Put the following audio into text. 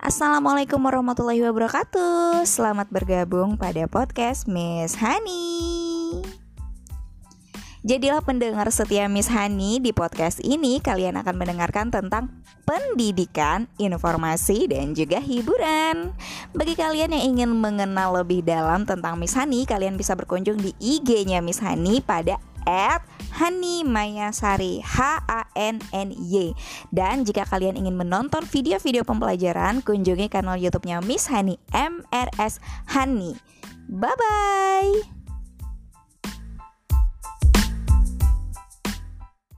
Assalamualaikum warahmatullahi wabarakatuh. Selamat bergabung pada podcast Miss Hani. Jadilah pendengar setia Miss Hani. Di podcast ini kalian akan mendengarkan tentang pendidikan, informasi, dan juga hiburan. Bagi kalian yang ingin mengenal lebih dalam tentang Miss Hani, kalian bisa berkunjung di IG-nya Miss Hani pada @hani_mayasari HANNY. Dan jika kalian ingin menonton video-video pembelajaran, kunjungi kanal YouTube-nya Miss Hani MRS Hani. Bye bye.